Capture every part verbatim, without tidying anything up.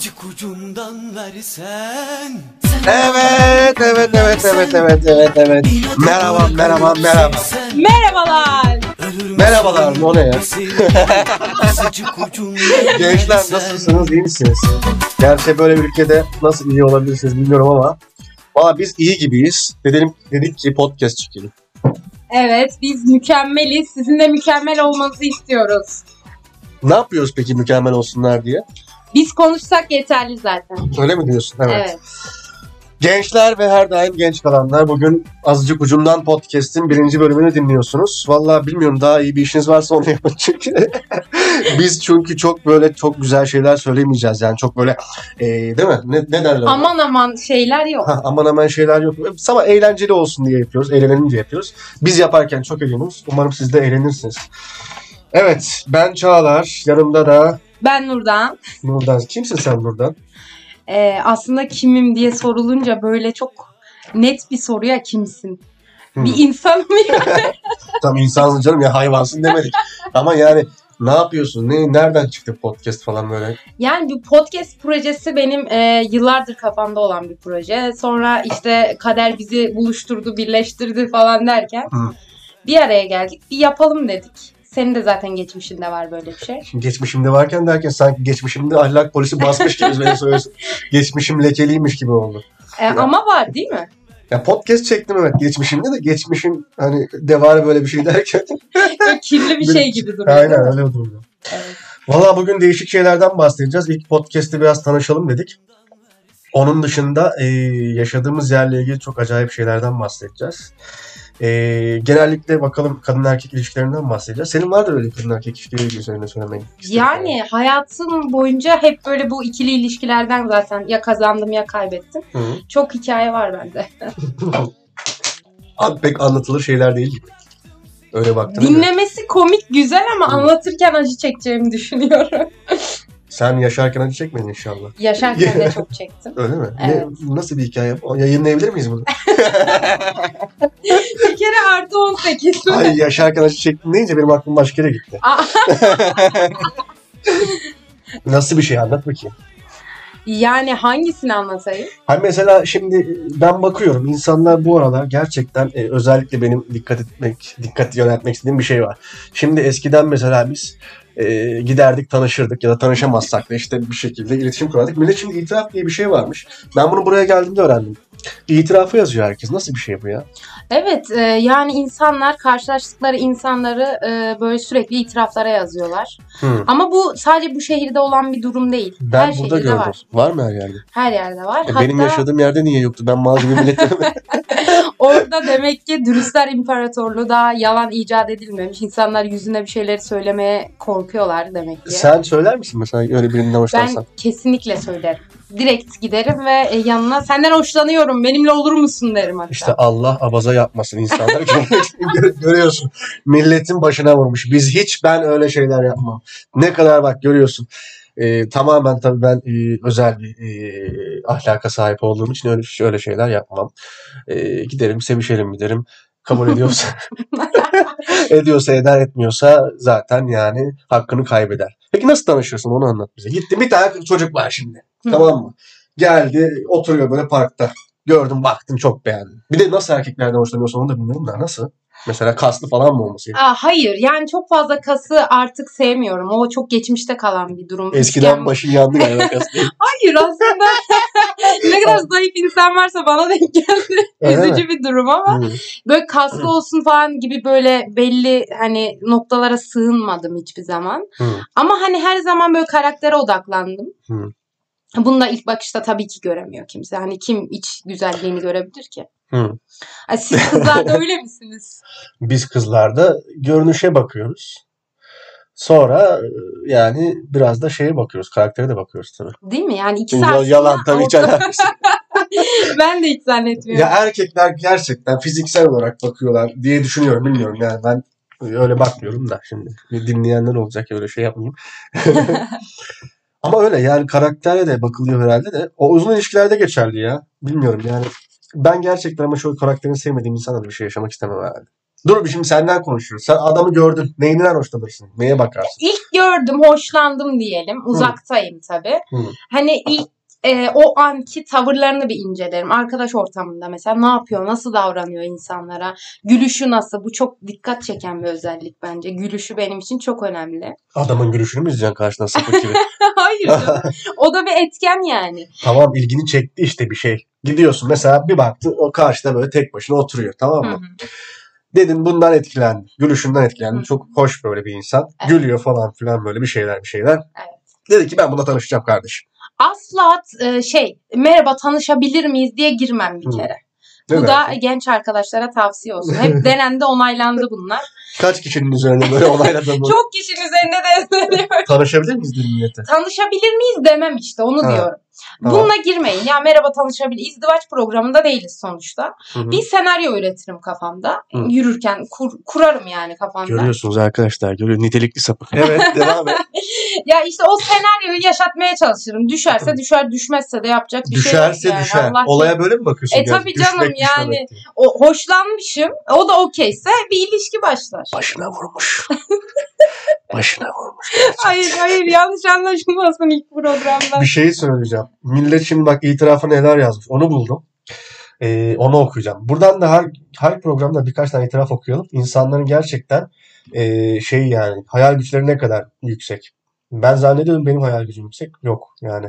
azıcık ucundan versen. Evet, evet, evet, evet, evet, evet, evet. Merhaba, merhaba, merhaba. Merhabalar. Merhabalar, o ne ya? Gençler nasılsınız, iyi misiniz? Gerçi böyle bir ülkede nasıl iyi olabilirsiniz bilmiyorum ama valla biz iyi gibiyiz. Dedim, dedik ki podcast çekelim. Evet, biz mükemmeliz. Sizin de mükemmel olmanızı istiyoruz. Ne yapıyoruz peki mükemmel olsunlar diye? Biz konuşsak yeterli zaten. Öyle mi diyorsun? Evet. Evet. Gençler ve her daim genç kalanlar, bugün Azıcık Ucundan Podcast'in birinci bölümünü dinliyorsunuz. Vallahi bilmiyorum, daha iyi bir işiniz varsa onu yapın çünkü. Biz çünkü çok böyle çok güzel şeyler söylemeyeceğiz yani, çok böyle e, değil mi? Ne, ne derler? Aman aman şeyler yok. Ha, aman aman şeyler yok. Ama eğlenceli olsun diye yapıyoruz, eğlenelim diye yapıyoruz. Biz yaparken çok eğleniyoruz. Umarım siz de eğlenirsiniz. Evet, ben Çağlar, yanımda da Ben Nurdan. Nurdan. Kimsin sen Nurdan? Ee, aslında kimim diye sorulunca böyle çok net bir soruya kimsin? Hmm. Bir insanım yani. Tam insansın canım ya, hayvansın demedik. Ama yani ne yapıyorsun? Ne, nereden çıktı podcast falan böyle? Yani bu podcast projesi benim e, yıllardır kafamda olan bir proje. Sonra işte kader bizi buluşturdu, birleştirdi falan derken Hı. bir araya geldik. Bir yapalım dedik. Senin de zaten geçmişinde var böyle bir şey. Geçmişimde varken derken sanki geçmişimde ahlak polisi basmış gibi beni söylüyorsun. Geçmişim lekeliymiş gibi oldu. E, ama var değil mi? Ya podcast çektim evet geçmişimde de, geçmişim hani devamı böyle bir şey derken. Böyle kirli bir şey gibi duruyor. Aynen öyle duruyor. Evet. Valla bugün değişik şeylerden bahsedeceğiz. İlk podcast'te biraz tanışalım dedik. Onun dışında e, yaşadığımız yerle ilgili çok acayip şeylerden bahsedeceğiz. E, genellikle bakalım kadın erkek ilişkilerinden bahsedeceğiz. Senin vardır öyle kadın erkek ilişkileri üzerine söylemek istedim. Yani hayatım boyunca hep böyle bu ikili ilişkilerden zaten ya kazandım ya kaybettim. Hı. Çok hikaye var bende. Abi pek anlatılır şeyler değil gibi. Öyle baktın. Dinlemesi komik güzel ama Hı. anlatırken acı çekeceğimi düşünüyorum. Sen yaşarken acı çekmedin inşallah. Yaşarken de çok çektim. Öyle mi? Evet. Ne, nasıl bir hikaye? O, yayınlayabilir miyiz bunu? Bir kere artı on sekiz. Ay yaşarken acı çektim deyince benim aklım başka yere gitti. Nasıl bir şey, anlat bakayım. Yani hangisini anlatayım? Hani mesela şimdi ben bakıyorum, insanlar bu aralar gerçekten e, özellikle benim dikkat etmek, dikkat yöneltmek istediğim bir şey var. Şimdi eskiden mesela biz e, giderdik, tanışırdık ya da tanışamazsak da işte bir şekilde iletişim kurardık. Millet şimdi itiraf diye bir şey varmış. Ben bunu buraya geldiğimde öğrendim. İtirafı yazıyor herkes. Nasıl bir şey bu ya? Evet e, yani insanlar karşılaştıkları insanları e, böyle sürekli itiraflara yazıyorlar. Hı. Ama bu sadece bu şehirde olan bir durum değil. Ben Her burada şehirde gördüm. var. Var mı her yerde? Her yerde var. E, Hatta benim yaşadığım yerde niye yoktu? Ben Malzeme milletime... orada demek ki Dürüstler İmparatorluğu daha yalan icat edilmemiş. İnsanlar yüzüne bir şeyleri söylemeye korkuyorlar demek ki. Sen söyler misin mesela öyle birinden hoşlansan? Ben kesinlikle söylerim. Direkt giderim ve e, yanına senden hoşlanıyorum, benimle olur musun derim hatta. İşte Allah abaza yapmasın insanları. Görüyorsun. Milletin başına vurmuş. Biz hiç, ben öyle şeyler yapmam. Ne kadar bak görüyorsun. Ee, tamamen tabii ben e, özel bir e, ahlaka sahip olduğum için öyle, öyle şeyler yapmam. E, giderim sevişelim giderim. Kabul ediyorsa ediyorsa eder, etmiyorsa zaten yani hakkını kaybeder. Peki nasıl tanışıyorsun, onu anlat bize. Gitti bir tane çocuk var şimdi. Hı. Tamam mı? Geldi oturuyor böyle parkta. Gördüm, baktım, çok beğendim. Bir de nasıl erkeklerden hoşlanıyorsun onu da bilmiyorum da nasıl? Mesela kaslı falan mı olması? Aa, hayır yani çok fazla kası artık sevmiyorum. O çok geçmişte kalan bir durum. Eskiden Üçgen- başın yandı galiba kaslı. Hayır aslında ne kadar zayıf insan varsa bana denk geldi. Öyle Üzücü mi? bir durum ama Hı. böyle kaslı olsun falan gibi böyle belli hani noktalara sığınmadım hiçbir zaman. Hı. Ama hani her zaman böyle karaktere odaklandım. Hı. Bunu da ilk bakışta tabii ki göremiyor kimse. Hani kim iç güzelliğini görebilir ki? Hı. Ay, siz kızlar da öyle misiniz? Biz kızlarda görünüşe bakıyoruz. Sonra e, yani biraz da şeye bakıyoruz. Karaktere de bakıyoruz tabii. Değil mi? Yani ikisi Ya- aslında yalan tabii hiç orta- alakası. Ben de hiç zannetmiyorum. Ya erkekler gerçekten fiziksel olarak bakıyorlar diye düşünüyorum. Bilmiyorum yani, ben öyle bakmıyorum da şimdi. Dinleyenler olacak ya, öyle şey yapmayayım. Ama öyle yani, karaktere de bakılıyor herhalde de. O uzun ilişkilerde geçerli ya. Bilmiyorum yani. Ben gerçekten ama şu karakterini sevmediğim insanla bir şey yaşamak istemem herhalde. Dur bir şimdi senden konuşuyoruz. Sen adamı gördün. Neyinden hoşlanırsın? Neye bakarsın? İlk gördüm, hoşlandım diyelim. Uzaktayım tabii. Hı. Hani ilk e, o anki tavırlarını bir incelerim. Arkadaş ortamında mesela ne yapıyor, nasıl davranıyor insanlara, gülüşü nasıl? Bu çok dikkat çeken bir özellik bence. Gülüşü benim için çok önemli. Adamın gülüşünü mü izleyeceksin karşıdan sapık gibi? Hayır canım. O da bir etken yani. Tamam ilgini çekti işte bir şey. Gidiyorsun mesela bir baktın o karşıda böyle tek başına oturuyor tamam mı? Hı hı. Dedin bundan etkilendim. Gülüşünden etkilendim. Hı. Çok hoş böyle bir insan. Evet. Gülüyor falan filan böyle bir şeyler bir şeyler. Evet. Dedi ki ben bununla tanışacağım kardeşim. Asla e, şey merhaba tanışabilir miyiz diye girmem bir Hı. kere. Ne Bu dersin? da genç arkadaşlara tavsiye olsun. Hep denendi, onaylandı bunlar. Kaç kişinin üzerine böyle onayladın bunu? Çok kişinin üzerinde deneniyor. Tanışabilir miyiz dedim millete? Tanışabilir miyiz demem işte, onu Ha, diyorum. tamam. Bununla girmeyin. Ya merhaba tanışabilir. İzdivaç programında değiliz sonuçta. Hı hı. Bir senaryo üretirim kafamda. Hı. Yürürken kur- kurarım yani kafamda. Görüyorsunuz arkadaşlar. Görüyor. Nitelikli sapık. Evet devam et. Ya işte o senaryoyu yaşatmaya çalışırım. Düşerse düşer, düşmezse de yapacak bir Düşerse şey yok yani. düşer. Allah Olaya böyle mi bakıyorsun? E gerçekten? tabii canım, Düşmek, yani düşmemek diye. o hoşlanmışım. O da okeyse bir ilişki başlar. Başına vurmuş. Başına vurmuş. Hayır hayır, yanlış anlaşılmasın ilk programda. Bir şey söyleyeceğim. Millet şimdi bak itirafı neler yazmış. Onu buldum. Ee, onu okuyacağım. Buradan da her, her programda birkaç tane itiraf okuyalım. İnsanların gerçekten e, şey yani hayal güçleri ne kadar yüksek. Ben zannediyorum benim hayal gücüm yüksek. Yok yani.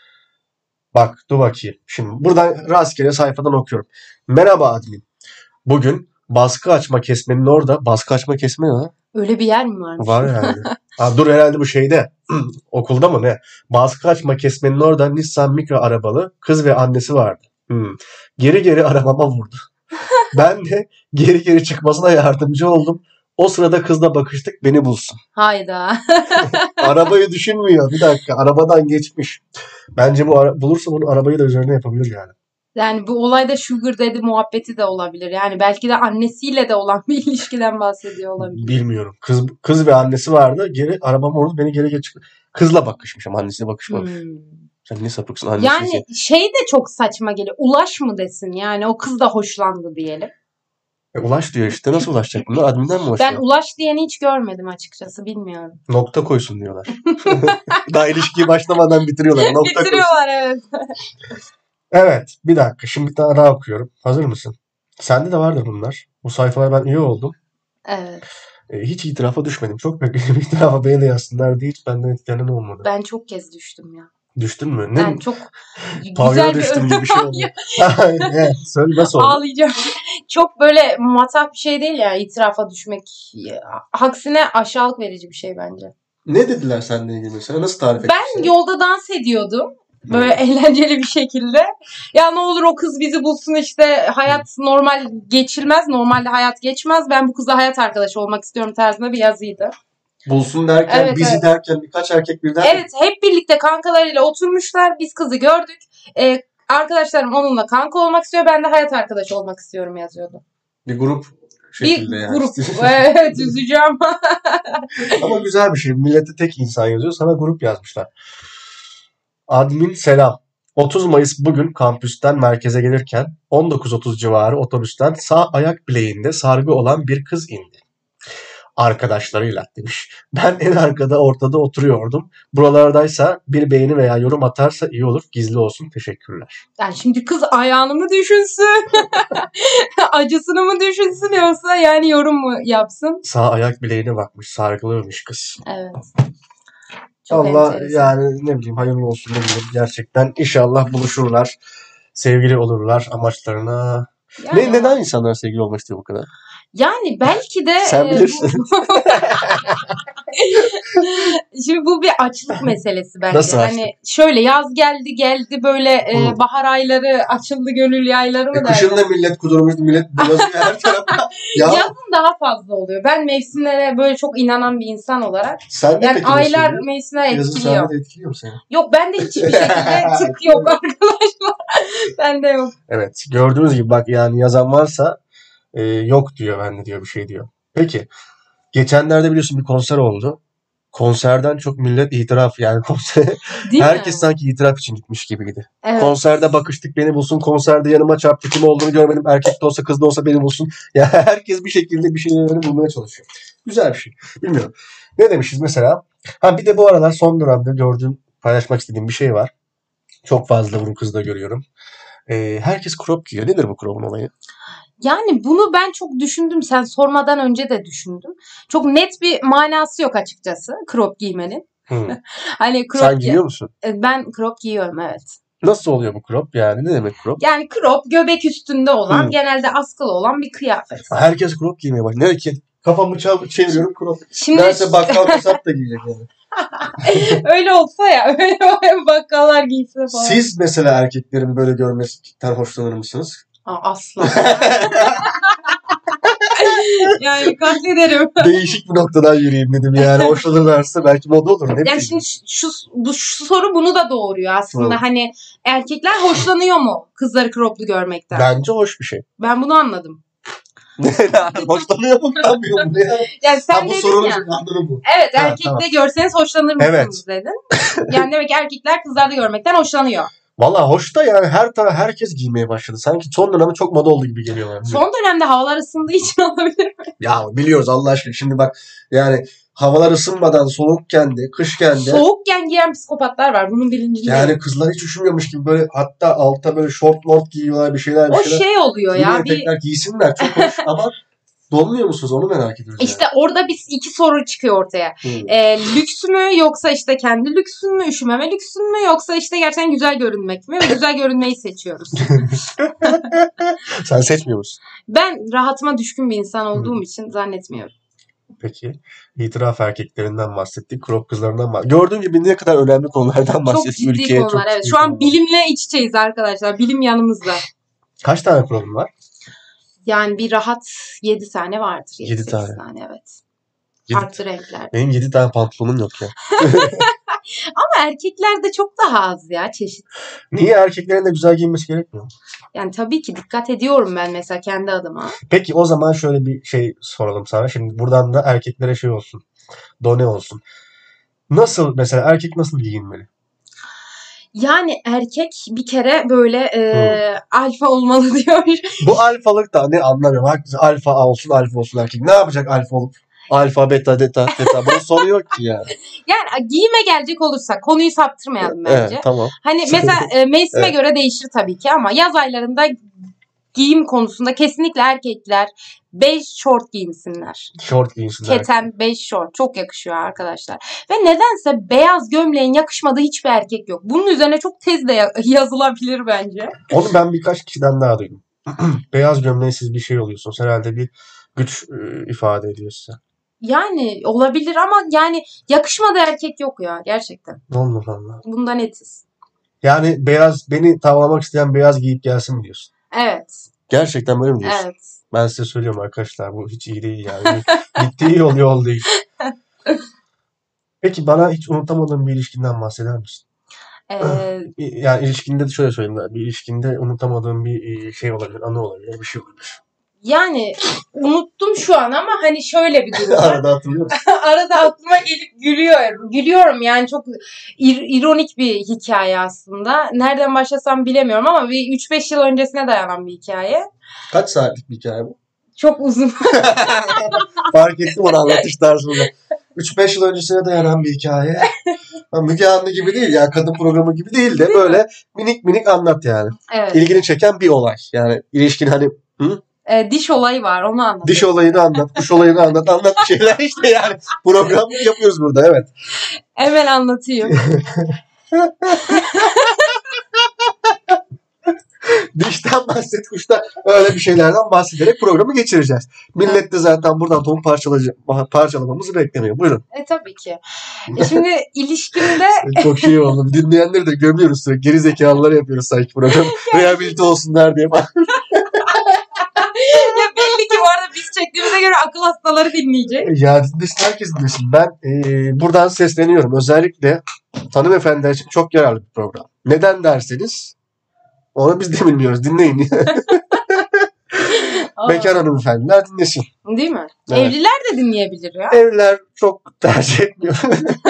Bak dur bakayım. Şimdi buradan rastgele sayfadan okuyorum. Merhaba admin. Bugün baskı açma kesmenin orada. Baskı açma kesme ne lan? Öyle bir yer mi varmış? Var yani. Ha, dur herhalde bu şeyde. Okulda mı ne? Baskı açma kesmenin orada Nissan Micra arabalı kız ve annesi vardı. Hmm. Geri geri arabama vurdu. Ben de geri geri çıkmasına yardımcı oldum. O sırada kızla bakıştık beni bulsun. Hayda. Arabayı düşünmüyor. Bir dakika. Arabadan geçmiş. Bence bu ara- bulursa bunu arabayı da üzerine yapabilir yani. Yani bu olayda sugar daddy muhabbeti de olabilir. Yani belki de annesiyle de olan bir ilişkiden bahsediyor olabilir. Bilmiyorum. Kız kız ve annesi vardı. Geri arabam orada beni geri geri çıktı. Kızla bakışmış ama annesiyle bakışmamış. Hmm. Sen ne sapıksın annesi Yani için. şey de çok saçma geliyor. Ulaş mı desin yani, o kız da hoşlandı diyelim. E, ulaş diyor işte. Nasıl ulaşacak bunlar? Adminden mi ulaşıyor? Ben ulaş diyeni hiç görmedim açıkçası, bilmiyorum. Nokta koysun diyorlar. Daha ilişkiyi başlamadan bitiriyorlar. Nokta koysun. Bitiriyorlar evet. Evet. Bir dakika. Şimdi bir tane daha okuyorum. Hazır mısın? Sende de vardır bunlar. Bu sayfalar ben üye oldum. Evet. E, hiç itirafa düşmedim. Çok bekledim. İtirafa beni de yazsınlar diye hiç benden etkilenen olmadı. Ben çok kez düştüm ya. Düştün mü? Ne? Ben çok Pavyona güzel bir düştüm gibi bir şey oldu. Evet. Söyle nasıl oldu? Ağlayacağım. Çok böyle matah bir şey değil ya itirafa düşmek. Aksine aşağılık verici bir şey bence. Ne dediler seninle ilgili mesela? Nasıl tarif Ben etmişler? yolda dans ediyordum. Böyle eğlenceli bir şekilde. Ya ne olur o kız bizi bulsun, işte hayat normal geçilmez. Normalde hayat geçmez. Ben bu kızla hayat arkadaşı olmak istiyorum tarzında bir yazıydı. Bulsun derken, Evet, bizi evet. derken birkaç erkek birden mi? Evet, hep birlikte kankalarıyla oturmuşlar. Biz kızı gördük. Ee, arkadaşlarım onunla kanka olmak istiyor. Ben de hayat arkadaşı olmak istiyorum yazıyordu. Bir grup Bir şekilde yani. grup. Evet, üzücüğüm. Ama güzel bir şey. Millete tek insan yazıyor. Sana grup yazmışlar. Admin selam. otuz Mayıs bugün kampüsten merkeze gelirken on dokuz otuz civarı otobüsten sağ ayak bileğinde sargı olan bir kız indi. Arkadaşlarıyla demiş. Ben en arkada ortada oturuyordum. Buralardaysa bir beğeni veya yorum atarsa iyi olur. Gizli olsun. Teşekkürler. Yani şimdi kız ayağını mı düşünsün? Acısını mı düşünsün, yoksa yani yorum mu yapsın? Sağ ayak bileğine bakmış. Sargılıymış kız. Evet. Çok Allah enteresan. yani ne bileyim hayırlı olsun ne bileyim. Gerçekten inşallah buluşurlar. Sevgili olurlar amaçlarına. Yani, Ne, neden insanlar sevgili olmak istiyor bu kadar? yani belki de Sen e, bilirsin. bu- Şimdi bu bir açlık meselesi bence. Nasıl açlık? Hani şöyle yaz geldi geldi böyle e, Hı. bahar ayları açıldı, gönül yayları mı E, kışın da millet kudurmuş, millet bulaşıyor her tarafa. Ya Yazın daha fazla oluyor. Ben mevsimlere böyle çok inanan bir insan olarak. sen de Yani peki nasıl aylar oluyor? mevsimler Yazın etkiliyor. sende de etkiliyor mu seni? Yok, bende hiçbir şekilde tık yok arkadaşlar. Bende yok. Evet gördüğünüz gibi bak yani yazan varsa e, yok diyor bende diyor bir şey diyor. Peki geçenlerde biliyorsun bir konser oldu. konserden çok millet itiraf yani konser. Değil Herkes mi? sanki itiraf için gitmiş gibiydi. Evet. Konserde bakıştık beni bulsun. Konserde yanıma çarptı. Kim olduğunu görmedim. Erkek de olsa kız da olsa beni bulsun. Ya herkes bir şekilde bir şeyleri bulmaya çalışıyor. Güzel bir şey. Bilmiyorum. Ne demişiz mesela? Ha bir de bu aralar son dönemde gördüğüm, paylaşmak istediğim bir şey var. Çok fazla bunu kızda görüyorum. Ee, herkes crop giyiyor. Nedir bu crop'un olayı? Yani bunu ben çok düşündüm. Sen sormadan önce de düşündüm. Çok net bir manası yok açıkçası crop giymenin. Hmm. Hani crop Sen giyiyor musun? Ben crop giyiyorum, evet. Nasıl oluyor bu crop? Yani ne demek crop? Yani crop göbek üstünde olan, Hmm. genelde askılı olan bir kıyafet. Herkes crop giymeye başladı. Nereye ki? Kafamı çav- çeviriyorum crop. Şimdi Neredeyse bakkal kasap da giyecek yani. öyle olsa ya, öyle bakkallar giyse falan. Siz mesela erkeklerin böyle görmesinden hoşlanır mısınız? Aa, asla. Yani katlederim. Değişik bir noktadan yürüyeyim dedim yani. Hoşlanırlarsa belki moda olur. Ne Yani bileyim. şimdi şu, bu, şu soru bunu da doğuruyor aslında. Hı. Hani erkekler hoşlanıyor mu kızları croplu görmekten? Bence hoş bir şey. Ben bunu anladım. Hoşlanıyor mu? Anlamıyor mu? Ya? Yani sen Ha, bu dedin sorunun ya. anlamı bu. Evet, Ha, erkekte tamam. görseniz hoşlanır mısınız Evet. dedin. Yani demek ki erkekler kızlarda görmekten hoşlanıyor. Valla hoş da yani her tara herkes giymeye başladı. Sanki son dönemde çok moda oldu gibi geliyor bana. Son dönemde havalar ısındığı için olabilir mi? Ya biliyoruz Allah aşkına. Şimdi bak yani havalar ısınmadan soğukken de kışken de Soğukken giyen psikopatlar var. Bunun bilincindeyim. yani kızlar hiç üşümüyormuş gibi böyle hatta altta böyle short mort giyiyorlar bir şeyler bir O şeyler. şey oluyor Yine ya. Bir, tekrar giysinler çok hoş ama donmuyor musunuz onu merak ediyoruz. işte orada biz iki soru çıkıyor ortaya. yani. Hı. E, lüks mü yoksa işte kendi lüksün mü, üşümeme lüksün mü, yoksa işte gerçekten güzel görünmek mi? Ve güzel görünmeyi seçiyoruz. Sen seçmiyor musun? Ben rahatıma düşkün bir insan olduğum için zannetmiyorum. Peki. İtiraf erkeklerinden bahsettik. Crop kızlarından bahsettik. Gördüğün gibi ne kadar önemli konulardan Çok bahsettik. ciddi Ülkeye konular. çok Evet. ciddi Şu an konular. bilimle iç içeyiz arkadaşlar. Bilim yanımızda. Kaç tane crop'un var? Yani bir rahat yedi tane vardır. Yedi yedi tane. tane, evet. Yedi- Farklı renkler. Benim yedi tane pantolonum yok ya. Ama erkeklerde çok daha az ya çeşit. Niye erkeklerin de güzel giyinmesi gerekmiyor? Yani tabii ki dikkat ediyorum ben mesela kendi adıma. Peki o zaman şöyle bir şey soralım sana. Şimdi buradan da erkeklere şey olsun. Done olsun. Nasıl mesela erkek nasıl giyinmeli? Yani erkek bir kere böyle e, alfa olmalı diyor. Bu alfalık da ne anlamıyorum. Herkes alfa olsun alfa olsun erkek. Ne yapacak alfa olup? Alfa, beta, deta, teta. Bunun sonu yok ki yani. Yani giyime gelecek olursak konuyu saptırmayalım bence. Evet tamam. Hani mesela e, mevsime Evet. göre değişir tabii ki ama yaz aylarında giyim konusunda kesinlikle erkekler bej şort giyinsinler. Short giyinsinler. Keten bej şort çok yakışıyor arkadaşlar. Ve nedense beyaz gömleğin yakışmadığı hiçbir erkek yok. Bunun üzerine çok tez de ya- yazılabilir bence. Onu ben birkaç kişiden daha duydum. Beyaz gömleğsiz bir şey oluyorsunuz. Herhalde bir güç e, ifade ediyor size. Yani olabilir ama yani yakışmadığı erkek yok ya gerçekten. Allah Allah. Bundan netiz. Yani beyaz beni tavlamak isteyen beyaz giyip gelsin mi diyorsun? Evet. Gerçekten böyle mi diyorsun? Evet. Ben size söylüyorum arkadaşlar bu hiç iyi değil yani. Gittiği yol yol değil. Peki bana hiç unutamadığın bir ilişkinden bahseder misin? Ee, Yani ilişkinde de şöyle söyleyeyim. da, Bir ilişkinde unutamadığın bir şey olabilir, anı olabilir, bir şey olabilir. yani unuttum şu an ama hani şöyle bir durum var. Arada hatırlıyor musun? Arada aklıma gelip gülüyorum. Gülüyorum yani çok ir- ironik bir hikaye aslında. Nereden başlasam bilemiyorum ama bir üç beş yıl öncesine dayanan bir hikaye. Kaç saatlik bir hikaye bu? Çok uzun. Fark ettim onu anlatış tarzında. üç beş yıl öncesine dayanan bir hikaye. Ha, Müge Anlı gibi değil ya, kadın programı gibi değil de böyle minik minik anlat yani. Evet. İlgini çeken bir olay. Yani ilişkin hani hı? Ee, diş olayı var onu anladım. Diş olayını anlat, kuş olayını anlat, anlat bir şeyler işte yani. Program yapıyoruz burada evet. Hemen anlatayım. Dişten bahset, kuştan öyle bir şeylerden bahsederek programı geçireceğiz. Millet de zaten buradan ton parçalay- parçalamamızı beklemiyor. Buyurun. E tabii ki. E, şimdi ilişkimde Çok şey oldu. Dinleyenleri de gömüyoruz sürekli. Geri zekalılar yapıyoruz sanki program. Rehabilite olsunlar diye. ya belli ki bu arada biz çektiğimize göre akıl hastaları dinleyecek. Ya dinlesin, herkes dinlesin. Ben e, buradan sesleniyorum. Özellikle hanımefendiler için çok yararlı bir program. Neden derseniz onu biz de bilmiyoruz. Dinleyin. Bekar hanımefendiler dinlesin. Değil mi? Evet. Evliler de dinleyebilir ya. Evliler çok tercih etmiyor.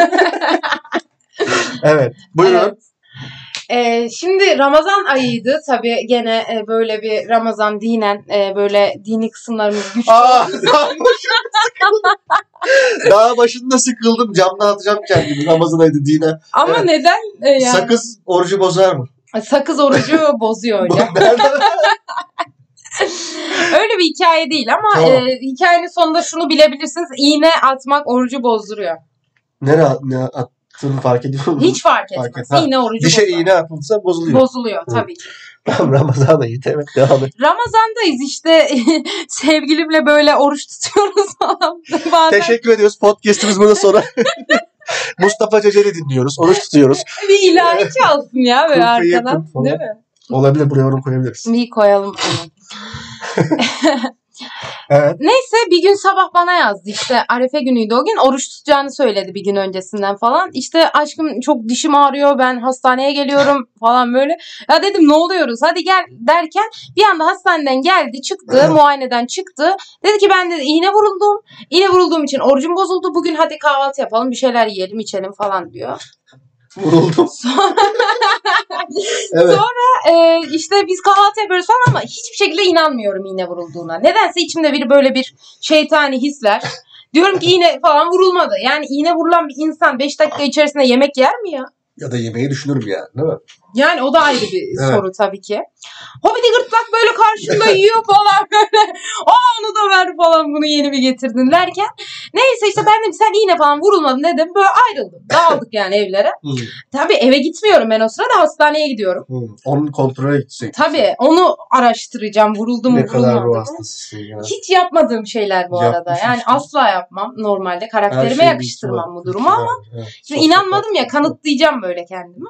Evet. Buyurun. Evet. Ee, şimdi Ramazan ayıydı. Tabii gene e, böyle bir Ramazan dinen e, böyle dini kısımlarımız güçlü. Aa, daha başında sıkıldım. Daha başında sıkıldım. Camdan atacağım kendimi. Ramazan ayıydı dine. Ama Evet. neden? E, yani? Sakız orucu bozar mı? Sakız orucu bozuyor hocam. Nereden? Öyle bir hikaye değil ama Tamam. e, hikayenin sonunda şunu bilebilirsiniz. İğne atmak orucu bozduruyor. Nereye at- ne attığını fark ediyor musun? Hiç fark etmez. Fark et- ha, İğne orucu Dişe bozar. iğne atılsa bozuluyor. Bozuluyor Hı. tabii ki. Tamam, Ramazan ayı. Evet, devam et. Ramazandayız işte sevgilimle böyle oruç tutuyoruz falan. Bazen Teşekkür ediyoruz. Podcast'ımız bundan sonra Mustafa Ceceli dinliyoruz. Oruç tutuyoruz. bir ilahi çalsın ya böyle Kul feyekun arkadan. falan. Değil mi? Olabilir. Buraya yorum koyabiliriz. Bir koyalım onu. Evet. Neyse bir gün sabah bana yazdı işte Arefe günüydü o gün oruç tutacağını söyledi bir gün öncesinden falan. İşte aşkım çok dişim ağrıyor ben hastaneye geliyorum falan böyle. Ya dedim ne oluyoruz hadi gel derken bir anda hastaneden geldi çıktı muayeneden çıktı. Dedi ki ben dedi iğne vuruldum. İğne vurulduğum için orucum bozuldu bugün hadi kahvaltı yapalım bir şeyler yiyelim içelim falan diyor. Vuruldum. Evet. Ee, işte biz kahvaltı yapıyoruz falan ama hiçbir şekilde inanmıyorum iğne vurulduğuna. Nedense içimde bir böyle bir şeytani hisler. Diyorum ki iğne falan vurulmadı. Yani iğne vurulan bir insan beş dakika içerisinde yemek yer mi ya? Ya da yemeği düşünürüm yani, değil mi? Yani o da ayrı bir Evet. soru tabii ki. Hobidi gırtlak böyle karşımda yiyor falan böyle. Aa onu da ver falan bunu yeni bir getirdin derken. Neyse işte ben dedim sen iğne falan vurulmadın dedim. Böyle ayrıldım. Dağıldık yani evlere. Hı. Tabii eve gitmiyorum ben o sırada hastaneye gidiyorum. Hı. Onun kontrole gidecek. Tabii onu araştıracağım. Vuruldu mu Ne kadar vurulmadı ruh mı? hastasısın ya. Hiç yapmadığım şeyler bu arada. Yapmış Yani işte. asla yapmam. Normalde Her karakterime şeyin yakıştırmam bilgisi bu var. durumu ama Evet. şimdi Çok inanmadım ya çok- kanıtlayacağım böyle kendimi.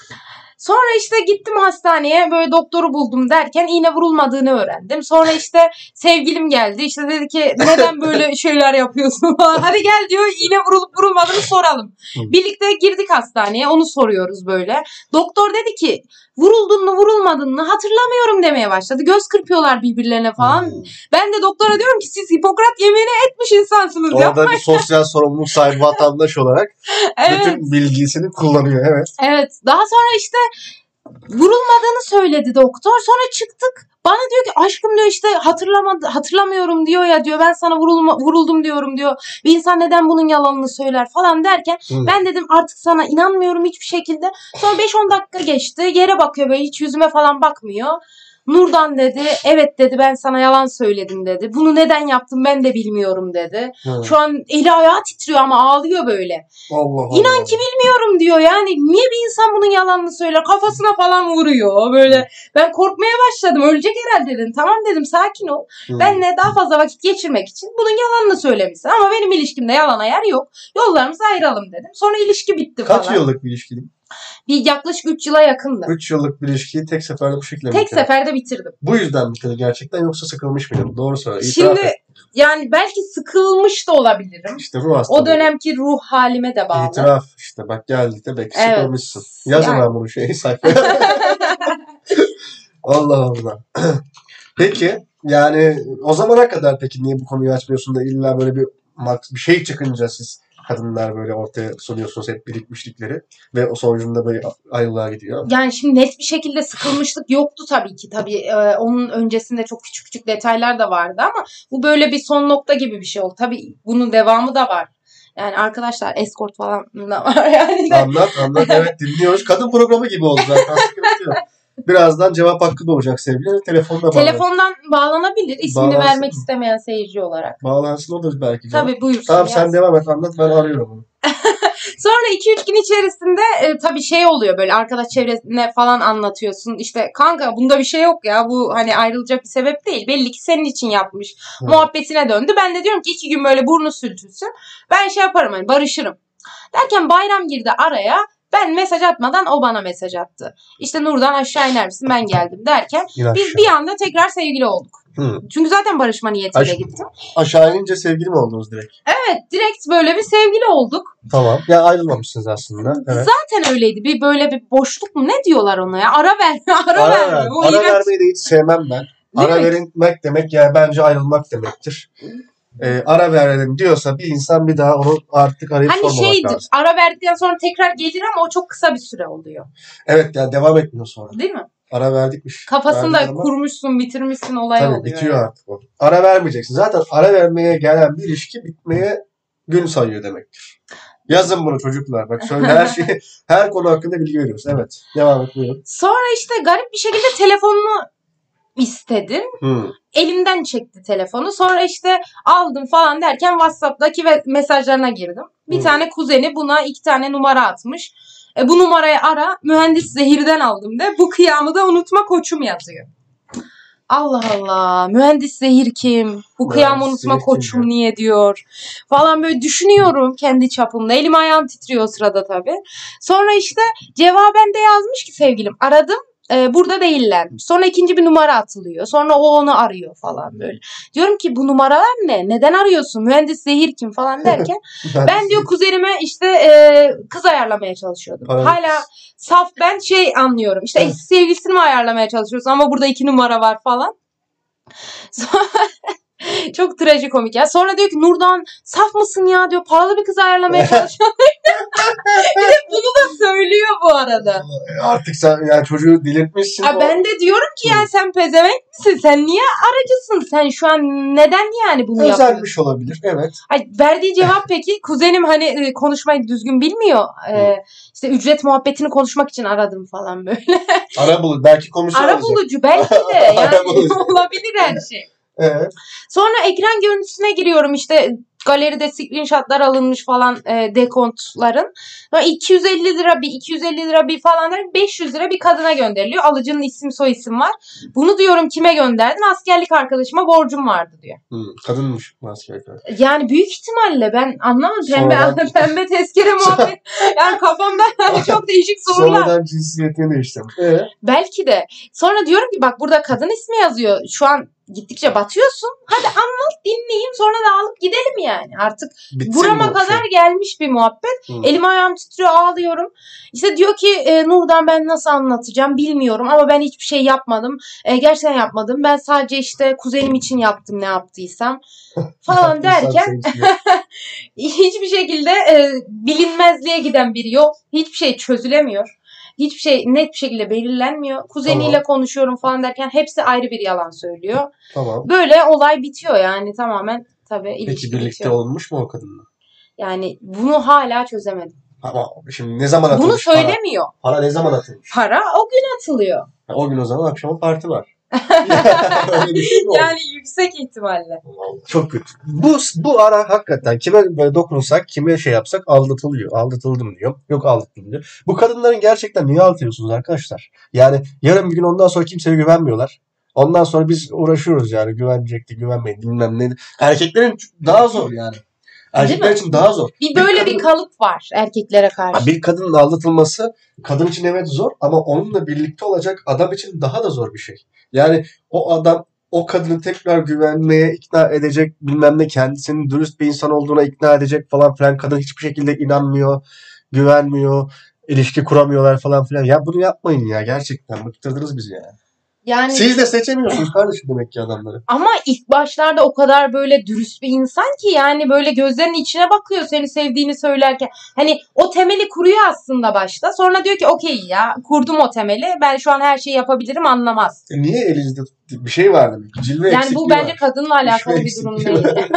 Sonra işte gittim hastaneye böyle doktoru buldum derken iğne vurulmadığını öğrendim. Sonra işte sevgilim geldi işte dedi ki neden böyle şeyler yapıyorsun falan. Hadi gel diyor iğne vurulup vurulmadığını soralım. Hı. Birlikte girdik hastaneye onu soruyoruz böyle. Doktor dedi ki vuruldun mu vurulmadın mı hatırlamıyorum demeye başladı. Göz kırpıyorlar birbirlerine falan. Hı. Ben de doktora diyorum ki siz Hipokrat yemeğini etmiş insansınız ya. Orada bir sosyal sorumluluk sahibi vatandaş olarak Evet. bütün bilgisini kullanıyor. Evet. Evet. Daha sonra işte vurulmadığını söyledi doktor. Sonra çıktık. Bana diyor ki aşkım diyor işte hatırlamadı, hatırlamıyorum diyor ya diyor. Ben sana vurulma, vuruldum diyorum diyor. Bir insan neden bunun yalanını söyler falan derken Hı. ben dedim artık sana inanmıyorum hiçbir şekilde. Sonra beş on dakika geçti. Yere bakıyor böyle hiç yüzüme falan bakmıyor. Nurdan dedi evet dedi ben sana yalan söyledim dedi. Bunu neden yaptım ben de bilmiyorum dedi. Hı. Şu an eli ayağı titriyor ama ağlıyor böyle. Allah Allah. İnan ki bilmiyorum diyor yani niye bir insan bunun yalanını söyler kafasına falan vuruyor böyle ben korkmaya başladım ölecek herhalde dedim tamam dedim sakin ol Hı. benle daha fazla vakit geçirmek için bunun yalanını söylemişsin ama benim ilişkimde yalana yer yok yollarımızı ayıralım dedim sonra ilişki bitti Kaç falan yıllık bir ilişki? bir yaklaşık üç yıla yakındı üç yıllık bir ilişkiyi tek seferde bu şekilde tek bitirdi. seferde bitirdim Bu yüzden bitirdi gerçekten yoksa sıkılmış mıydın? Doğru söyle. İtiraf şimdi et. yani belki sıkılmış da olabilirim İşte ruh hastalığı. o dönemki ruh halime de bağlı İtiraf işte bak geldik de belki Evet. sıkılmışsın. Yazın Yani. ben bunu şeyi sayfaya. Allah Allah. Peki yani o zamana kadar peki niye bu konuyu açmıyorsun da illa böyle bir bir şey çıkınca siz kadınlar böyle ortaya sunuyorsunuz hep birikmişlikleri ve o sonucunda böyle ayrılığa gidiyor. Yani şimdi net bir şekilde sıkılmışlık yoktu tabii ki. Tabii e, onun öncesinde çok küçük küçük detaylar da vardı ama bu böyle bir son nokta gibi bir şey oldu. Tabii bunun devamı da var. Yani arkadaşlar escort falan da var yani. De. Anlat anlat evet dinliyoruz. Kadın programı gibi oldu zaten. Sıkıntı yok. Birazdan cevap hakkı doğacak sevgili. Telefonda bağlan. Telefondan bağlanabilir. İsmini Bağlansın. vermek istemeyen seyirci olarak. Bağlansın o da belki. Tabii buyursun. Tamam yaz. sen devam et anlat ben arıyorum onu. Sonra iki üç gün içerisinde e, tabii şey oluyor böyle arkadaş çevresine falan anlatıyorsun. İşte kanka bunda bir şey yok ya bu hani ayrılacak bir sebep değil. Belli ki senin için yapmış. Hı. Muhabbetine döndü. Ben de diyorum ki iki gün böyle burnu sürtülsün. Ben şey yaparım hani barışırım. Derken bayram girdi araya. Ben mesaj atmadan o bana mesaj attı. İşte Nurdan aşağı iner misin ben geldim derken İn biz aşağı. bir anda tekrar sevgili olduk. Hı. Çünkü zaten barışma niyetiyle Aş- gittim. Aşağı inince sevgili mi oldunuz direkt? Evet direkt böyle bir sevgili olduk. Tamam. Ya ayrılmamışsınız aslında. Evet. Zaten öyleydi. Bir böyle bir boşluk mu? Ne diyorlar ona ya? Ara verme. Ara, Ara, verme. ver. O Ara iğrenç. vermeyi de hiç sevmem ben. Ara mi? verilmek demek yani bence ayrılmak demektir. Ee, ara verelim diyorsa bir insan bir daha onu artık arayıp Hani sormamak şeydir, lazım. ara verdikten sonra tekrar gelir ama o çok kısa bir süre oluyor. Evet yani devam etmiyor sonra. Değil mi? Ara verdikmiş. Kafasında Verdik ama kurmuşsun, bitirmişsin olayı tabii oluyor. bitiyor yani. artık o. Ara vermeyeceksin. Zaten ara vermeye gelen bir ilişki bitmeye gün sayıyor demektir. Yazın bunu çocuklar. Bak şöyle her şey, her konu hakkında bilgi veriyoruz. Evet. Devam et buyurun. Sonra işte garip bir şekilde telefonunu istedim. Hmm. Elimden çekti telefonu. Sonra işte aldım falan derken WhatsApp'taki ve mesajlarına girdim. Bir Hmm. tane kuzeni buna iki tane numara atmış. E, bu numarayı ara, mühendis Zehir'den aldım de. Bu kıyamı da unutma koçum yazıyor. Allah Allah. Mühendis Zehir kim? Bu kıyamı Mühendis unutma Zehir kim koçum diyor? niye diyor. Falan böyle düşünüyorum kendi çapımda. Elim ayağım titriyor o sırada tabii. Sonra işte cevaben de yazmış ki sevgilim aradım. e, burada değiller. Sonra ikinci bir numara atılıyor. Sonra o onu arıyor falan böyle. Diyorum ki bu numaralar ne? Neden arıyorsun? Mühendis Zehir kim falan derken ben diyor kuzenime işte e, kız ayarlamaya çalışıyordum. Para- Hala saf ben şey anlıyorum. İşte eski sevgilisini mi ayarlamaya çalışıyorsun ama burada iki numara var falan. Sonra- Çok trajikomik ya. Sonra diyor ki Nurdan saf mısın ya diyor. Paralı bir kız ayarlamaya çalışıyor. Bir de bunu da söylüyor bu arada. Artık sen yani çocuğu delirtmişsin. Ha, o- ben de diyorum ki ya sen pezevenk misin? Sen niye aracısın? Sen şu an neden yani bunu yapıyorsun? Özelmiş olabilir. Evet. Ay, verdiği cevap peki kuzenim hani e, konuşmayı düzgün bilmiyor. E, işte ücret muhabbetini konuşmak için aradım falan böyle. Ara bul. Belki komisyon Ara alacak. bulucu belki de yani Ara bulucu. olabilir her şey. Evet. Sonra ekran görüntüsüne giriyorum işte galeride screenshotlar alınmış falan e, dekontların. Sonra iki yüz elli lira bir iki yüz elli lira bir falan der, beş yüz lira bir kadına gönderiliyor. Alıcının isim soy isim var. Bunu diyorum kime gönderdin? Askerlik arkadaşıma borcum vardı diyor. Hmm, kadınmış maskeli kadın. Yani büyük ihtimalle ben anlamadım. Pembe, Sonradan- pembe tezkere muhabbet. Yani kafamda çok değişik sorular. Sonradan cinsiyetini değiştirmiş. Evet. Belki de. Sonra diyorum ki bak burada kadın ismi yazıyor. Şu an gittikçe batıyorsun. Hadi anlat dinleyeyim sonra da alıp gidelim yani. Artık Bitsin burama bu kadar şey. gelmiş bir muhabbet. Hmm. Elim ayağım titriyor ağlıyorum. İşte diyor ki e, Nurdan ben nasıl anlatacağım bilmiyorum ama ben hiçbir şey yapmadım. E, gerçekten yapmadım. Ben sadece işte kuzenim için yaptım ne yaptıysam falan derken Senin için yok. hiçbir şekilde e, bilinmezliğe giden bir yol. Hiçbir şey çözülemiyor. Hiçbir şey net bir şekilde belirlenmiyor. Kuzeniyle Tamam. konuşuyorum falan derken hepsi ayrı bir yalan söylüyor. Tamam. Böyle olay bitiyor yani tamamen tabii ilişki Peki birlikte bitiyor. olmuş mu o kadınla? Yani bunu hala çözemedim. Ama şimdi ne zaman atılmış Bunu para? söylemiyor. Para ne zaman atılmış? Para o gün atılıyor. Ha, o gün o zaman akşama parti var. Öyle bir şey mi oldu? Yani yüksek ihtimalle. Vallahi çok kötü. Bu bu ara hakikaten kime böyle dokunsak, kime şey yapsak aldatılıyor. Aldatıldım diyor. Yok aldatıldım diyor. Bu kadınların gerçekten niye aldatıyorsunuz arkadaşlar? Yani yarın bir gün ondan sonra kimseye güvenmiyorlar. Ondan sonra biz uğraşıyoruz yani güvenecekti, güvenmeyin bilmem ne. Erkeklerin daha zor yani. Erkekler mi? için daha zor. Bir böyle kadın- bir kalıp var erkeklere karşı. Bir kadının aldatılması kadın için evet zor ama onunla birlikte olacak adam için daha da zor bir şey. Yani o adam o kadını tekrar güvenmeye ikna edecek bilmem ne kendisinin dürüst bir insan olduğuna ikna edecek falan filan. Kadın hiçbir şekilde inanmıyor, güvenmiyor, ilişki kuramıyorlar falan filan. Ya bunu yapmayın ya gerçekten bıktırdınız bizi ya. Yani Siz de seçemiyorsunuz kardeşim demek ki adamları. ama ilk başlarda o kadar böyle dürüst bir insan ki yani böyle gözlerinin içine bakıyor seni sevdiğini söylerken. Hani o temeli kuruyor aslında başta. Sonra diyor ki okey ya kurdum o temeli. Ben şu an her şeyi yapabilirim anlamaz. E niye elinizde bir şey var demek ki? Cilve Yani eksikliği bu bence var. kadınla alakalı bir eksikliği durum değil. var.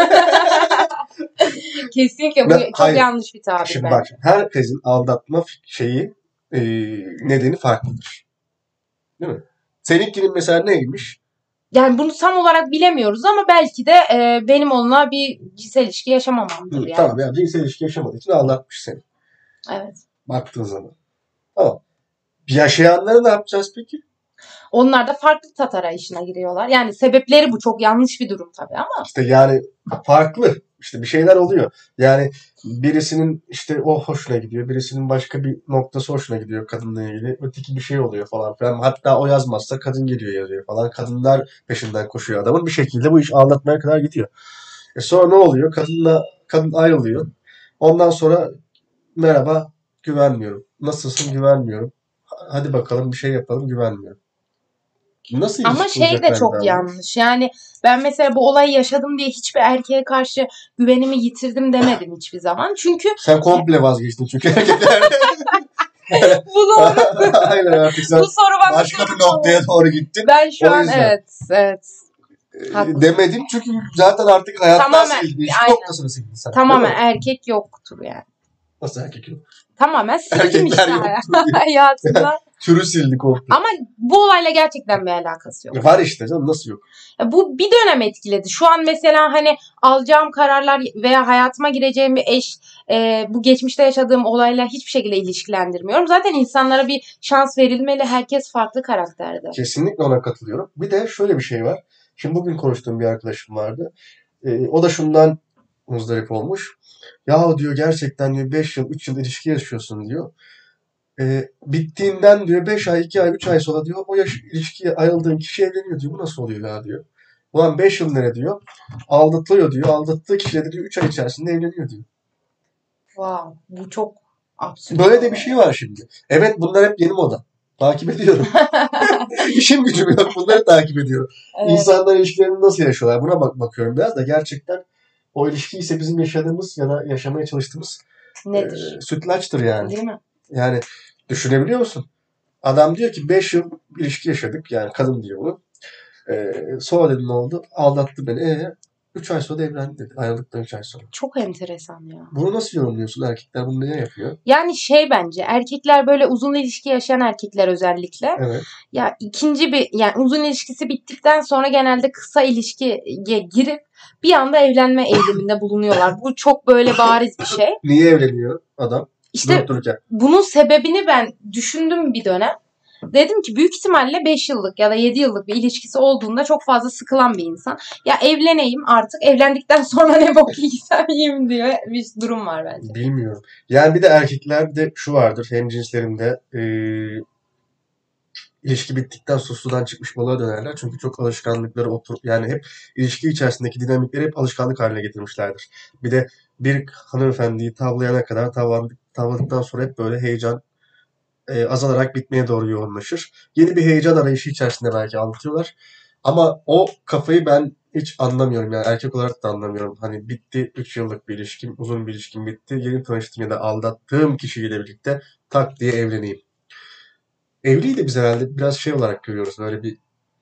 Kesinlikle bu Ben- çok hayır. yanlış bir tabir Şimdi bence. bak herkesin aldatma şeyi e, nedeni farklıdır. Değil mi? Seninkinin mesela neymiş? Yani bunu tam olarak bilemiyoruz ama belki de e, benim onunla bir cinsel ilişki yaşamamamdır Hı, yani. Tamam yani cinsel ilişki yaşamadığı için aldatmış seni. Evet. Baktığın zaman. Tamam. Yaşayanları ne yapacağız peki? Onlar da farklı tat arayışına giriyorlar. Yani sebepleri bu çok yanlış bir durum tabii ama. İşte yani farklı. İşte bir şeyler oluyor. Yani birisinin işte o hoşuna gidiyor. Birisinin başka bir noktası hoşuna gidiyor kadınla ilgili. Öteki bir şey oluyor falan filan. Hatta o yazmazsa kadın geliyor yazıyor falan. Kadınlar peşinden koşuyor adamın. Bir şekilde bu iş aldatmaya kadar gidiyor. E sonra ne oluyor? Kadınla kadın ayrılıyor. Ondan sonra merhaba güvenmiyorum. Nasılsın güvenmiyorum. Hadi bakalım bir şey yapalım güvenmiyorum. Nasıl Ama ilişki şey de kuracaklar çok daha? yanlış. Yani ben mesela bu olayı yaşadım diye hiçbir erkeğe karşı güvenimi yitirdim demedim hiçbir zaman. Çünkü Sen komple vazgeçtin çünkü erkeklerden. bu doğru. Aynen artık sen Bu soru bana başka bir sorulmalı. noktaya doğru gittin. Ben şu O an yüzden. evet evet. Ee, Haklısın. Demedim çünkü zaten artık hayattan Tamamen, sildin. İlişki aynen. noktasını sildin sen. Tamamen Değil mi? erkek yoktur yani. Nasıl erkek yok? Tamamen sildim işte Erkekler yoktur diye. hayatımda. Türü sildik komple. Ama bu olayla gerçekten bir alakası yok. Var işte canım, nasıl yok? Ya bu bir dönem etkiledi. Şu an mesela hani alacağım kararlar veya hayatıma gireceğim bir eş e, bu geçmişte yaşadığım olayla hiçbir şekilde ilişkilendirmiyorum. Zaten insanlara bir şans verilmeli. Herkes farklı karakterde. Kesinlikle ona katılıyorum. Bir de şöyle bir şey var. Şimdi bugün konuştuğum bir arkadaşım vardı. Ee, o da şundan muzdarip olmuş. Ya diyor, gerçekten diyor beş yıl üç yıl ilişki yaşıyorsun diyor. Ee, bittiğinden diyor beş ay iki ay üç ay sonra diyor o yaş, ilişkiye ayrıldığın kişi evleniyor diyor. Bu nasıl oluyor ya diyor. Ulan beş yıl nere diyor. Aldatılıyor diyor. Aldattığı kişiyle de diyor üç ay içerisinde evleniyor diyor. Wow, bu çok absürt. Böyle de bir şey var şimdi. Evet, bunlar hep yeni moda. Takip ediyorum. İşim gücüm yok. Bunları takip ediyorum. Evet. İnsanlar ilişkilerini nasıl yaşıyorlar? Buna bak bakıyorum biraz da gerçekten o ilişki ise bizim yaşadığımız ya da yaşamaya çalıştığımız Nedir? e, sütlaçtır yani. Değil mi? Yani düşünebiliyor musun? Adam diyor ki beş yıl ilişki yaşadık. Yani kadın diyor bunu. E, sonra dedim ne oldu? Aldattı beni. E, üç ay sonra da evlendi dedi. Ayrıldıktan üç ay sonra. Çok enteresan ya. Bunu nasıl yorumluyorsun? Erkekler bunu niye yapıyor? Yani şey bence erkekler böyle uzun ilişki yaşayan erkekler özellikle Evet. ya ikinci bir yani uzun ilişkisi bittikten sonra genelde kısa ilişkiye girip bir anda evlenme eğiliminde bulunuyorlar. Bu çok böyle bariz bir şey. Niye evleniyor adam? İşte Durup dururken. bunun sebebini ben düşündüm bir dönem. Dedim ki büyük ihtimalle beş yıllık ya da yedi yıllık bir ilişkisi olduğunda çok fazla sıkılan bir insan. Ya evleneyim artık, evlendikten sonra ne bok yiysem yiyeyim diyor bir durum var bence. Bilmiyorum. Yani bir de erkeklerde şu vardır. Hem cinslerinde e, ilişki bittikten sonra sudan çıkmış balığa dönerler. Çünkü çok alışkanlıkları otur yani hep ilişki içerisindeki dinamikleri hep alışkanlık haline getirmişlerdir. Bir de bir hanımefendiyi tavlayana kadar tavladık, tavladıktan sonra hep böyle heyecan e, azalarak bitmeye doğru yoğunlaşır. Yeni bir heyecan arayışı içerisinde belki anlatıyorlar. Ama o kafayı ben hiç anlamıyorum. Yani erkek olarak da anlamıyorum. Hani bitti üç yıllık bir ilişkim, uzun bir ilişkim bitti. Yeni tanıştığım ya da aldattığım kişiyle birlikte tak diye evleneyim. Evliliği de biz herhalde biraz şey olarak görüyoruz. Böyle bir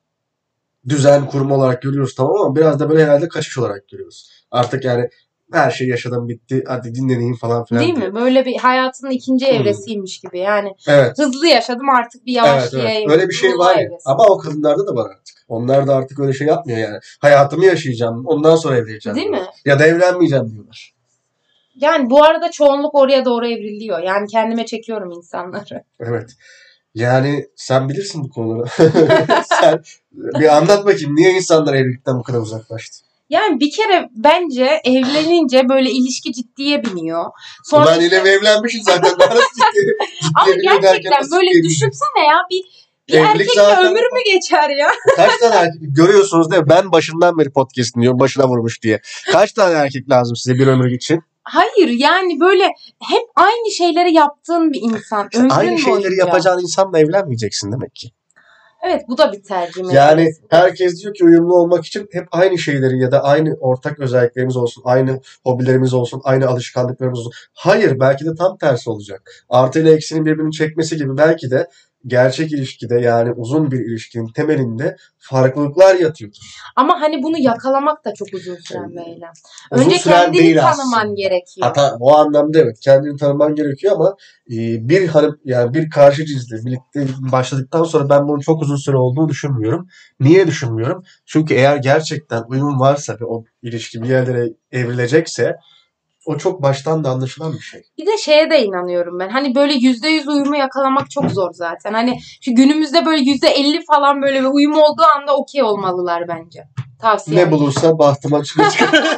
düzen kurma olarak görüyoruz tamam ama biraz da böyle herhalde kaçış olarak görüyoruz. Artık yani her şey yaşadım bitti hadi dinleneyim falan filan Değil diye. mi? Böyle bir hayatının ikinci Hmm. evresiymiş gibi. Yani Evet. hızlı yaşadım artık bir Evet, yavaşlayayım. evet. Öyle bir şey Bulma var ya. evresi. Ama o kadınlarda da var artık. Onlar da artık öyle şey yapmıyor yani. Hayatımı yaşayacağım. Ondan sonra evleneceğim. Değil diyorlar. mi? Ya da evlenmeyeceğim diyorlar. Yani bu arada çoğunluk oraya doğru evriliyor. Yani kendime çekiyorum insanları. Evet. Yani sen bilirsin bu konuları. Sen bir anlat bakayım. Niye insanlar evlilikten bu kadar uzaklaştı? Yani bir kere bence evlenince böyle ilişki ciddiye biniyor. Sonra Ulan işte- yine mi evlenmişiz zaten? Daha nasıl ciddi, Ama ciddiye biniyor derken gerçekten nasıl böyle ciddiye biniyor? düşünsene ya bir bir Evlilik erkekle zaten- ömür mü geçer ya? Kaç tane erkek görüyorsunuz değil mi? Ben başından beri podcast dinliyorum başına vurmuş diye. Kaç tane erkek lazım size bir ömür için? Hayır yani böyle hep aynı şeyleri yaptığın bir insan. Ömrün Aynı şeyleri boyunca. yapacağın insanla evlenmeyeceksin demek ki. Evet bu da bir tercih Yani meselesi. herkes diyor ki uyumlu olmak için hep aynı şeyleri ya da aynı ortak özelliklerimiz olsun, aynı hobilerimiz olsun, aynı alışkanlıklarımız olsun. Hayır, belki de tam tersi olacak. Artı ile eksinin birbirini çekmesi gibi belki de gerçek ilişkide yani uzun bir ilişkinin temelinde farklılıklar yatıyor. Ama hani bunu yakalamak da çok uzun süren bir eylem. Uzun Önce süren kendini değil tanıman aslında. gerekiyor. Hatta o anlamda evet kendini tanıman gerekiyor ama e, bir hanım yani bir karşı cinsle birlikte başladıktan sonra ben bunun çok uzun süre olduğunu düşünmüyorum. Niye düşünmüyorum? Çünkü eğer gerçekten uyum varsa ve o ilişki bir yerlere evrilecekse o çok baştan da anlaşılan bir şey. Bir de şeye de inanıyorum ben. Hani böyle yüzde yüz uyumu yakalamak çok zor zaten. Hani şu günümüzde böyle yüzde elli falan böyle bir uyum olduğu anda okey olmalılar bence. Tavsiye. Ne bulursa bahtıma çıkar.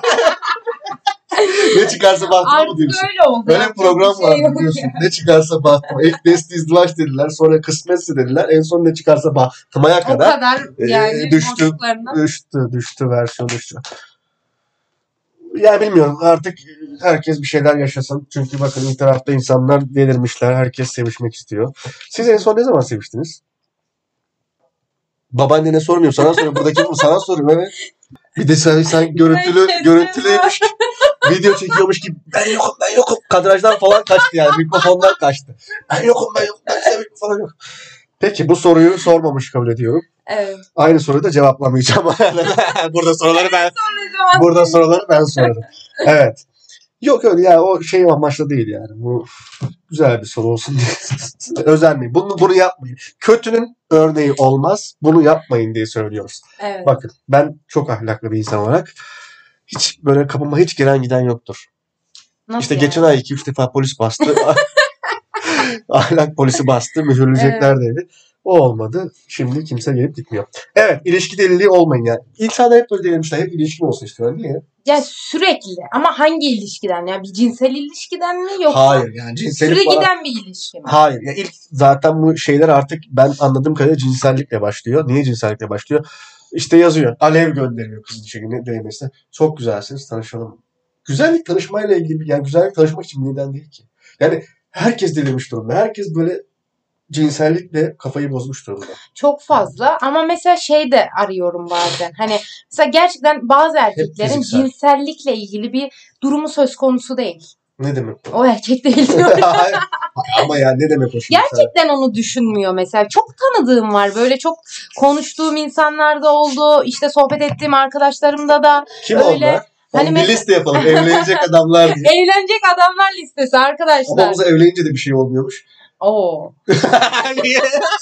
Ne çıkarsa bahtıma mı Artık diyorsun? öyle oldu. Böyle Yapacak program bir şey var yok biliyorsun. ya. Ne çıkarsa bahtıma. İlk besti izdivaç dediler. Sonra kısmetse dediler. En son ne çıkarsa bahtımaya O kadar kadar yani e, düştü. boşluklarına. Düştü. Düştü. Versiyon düştü. Ya bilmiyorum. Artık herkes bir şeyler yaşasın. Çünkü bakın bir tarafta insanlar delirmişler. Herkes sevişmek istiyor. Siz en son ne zaman seviştiniz? Babaannene sormuyorum. Sana soruyorum. Buradaki bu sana soruyorum. Evet. Bir de sen, sen görüntülü, görüntülüymüş gibi. Video çekiyormuş gibi. Ben yokum ben yokum. Kadrajdan falan kaçtı yani. Mikrofondan kaçtı. Ben yokum ben yokum. Ben size mikrofon yok. Peki bu soruyu sormamış kabul ediyorum. Evet. Aynı soruyu da cevaplamayacağım. Burada soruları ben burada soruları ben sorarım. Evet. Yok öyle ya o şey amaçlı değil yani. Bu güzel bir soru olsun diye. Özenmeyin. Bunu, bunu yapmayın. Kötünün örneği olmaz. Bunu yapmayın diye söylüyoruz. Evet. Bakın ben çok ahlaklı bir insan olarak hiç böyle kapıma hiç giren giden yoktur. Nasıl işte yani? geçen ay iki üç defa polis bastı. Ahlak polisi bastı. Mühürleyecekler Evet. dedi. O olmadı. Şimdi kimse gelip gitmiyor. Evet. İlişki deliliği olmayın yani. İnsanlar hep böyle denemişler. Hep ilişkin olsun istiyorlar. Niye? Ya sürekli ama hangi ilişkiden ya bir cinsel ilişkiden mi yoksa Hayır yani cinsellik süre falan. giden bir ilişki mi? Hayır. Ya ilk zaten bu şeyler artık ben anladığım kadarıyla cinsellikle başlıyor. Niye cinsellikle başlıyor? İşte yazıyor. Alev gönderiyor kızın şeyine değmesine. Çok güzelsiniz tanışalım. Güzellik tanışmayla ilgili yani güzellik tanışmak için neden değil ki? Yani herkes delirmiş durumda. Herkes böyle cinsellikle kafayı bozmuş durumda. Çok fazla ama mesela şey de arıyorum bazen. Hani mesela gerçekten bazı erkeklerin fiziksel. cinsellikle ilgili bir durumu söz konusu değil. Ne demek o? O erkek değil diyor. Hayır. Ama yani ne demek o şimdi? Gerçekten onu düşünmüyor mesela. Çok tanıdığım var. Böyle çok konuştuğum insanlar da oldu. İşte sohbet ettiğim arkadaşlarımda da Kim öyle. onlar? Hani Hani bir mesela- liste yapalım. Evlenecek adamlar diye. Evlenecek adamlar listesi Ama arkadaşlar. bize evlenince de bir şey olmuyormuş. Oo. Niye?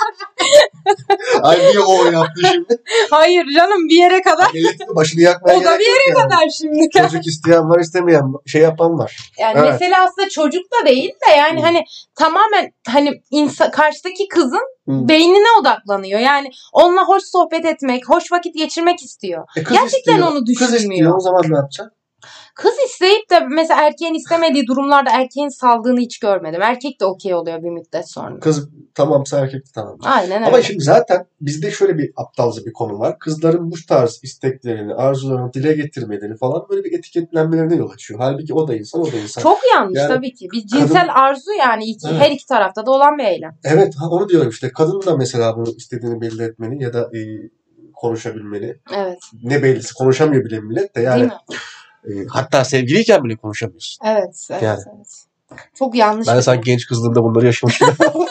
Ay niye o yaptı şimdi? Hayır canım bir yere kadar. Milletin başını yakmaya O da gerek bir yok yere yani. kadar şimdi. Çocuk isteyen var istemeyen şey yapan var. Yani Evet. mesele aslında çocuk da değil de yani Hı. hani tamamen hani insan, karşıdaki kızın Hı. beynine odaklanıyor. Yani onunla hoş sohbet etmek, hoş vakit geçirmek istiyor. E kız Gerçekten istiyor. onu Kız istiyor. düşünmüyor. O zaman ne yapacaksın? Kız isteyip de mesela erkeğin istemediği durumlarda erkeğin saldığını hiç görmedim. Erkek de okey oluyor bir müddet sonra. Kız tamamsa erkek de tamam. Aynen öyle. Ama şimdi zaten bizde şöyle bir aptalca bir konu var. Kızların bu tarz isteklerini, arzularını dile getirmeleri falan böyle bir etiketlenmelerine yol açıyor. Halbuki o da insan, o da insan. Çok yanlış Yani tabii ki. Bir cinsel kadın- arzu yani iki, Evet. her iki tarafta da olan bir eylem. Evet ha, onu diyorum işte. Kadın da mesela bunu istediğini belli etmeli ya da e, konuşabilmeli. Evet. Ne bellisi konuşamıyor bile millet de yani. Değil mi? E, hatta sevgiliyken bile konuşamıyorsun. Evet. Evet. Yani. evet. Çok yanlış. Ben bir sanki genç kızlığımda bunları yaşamıştım.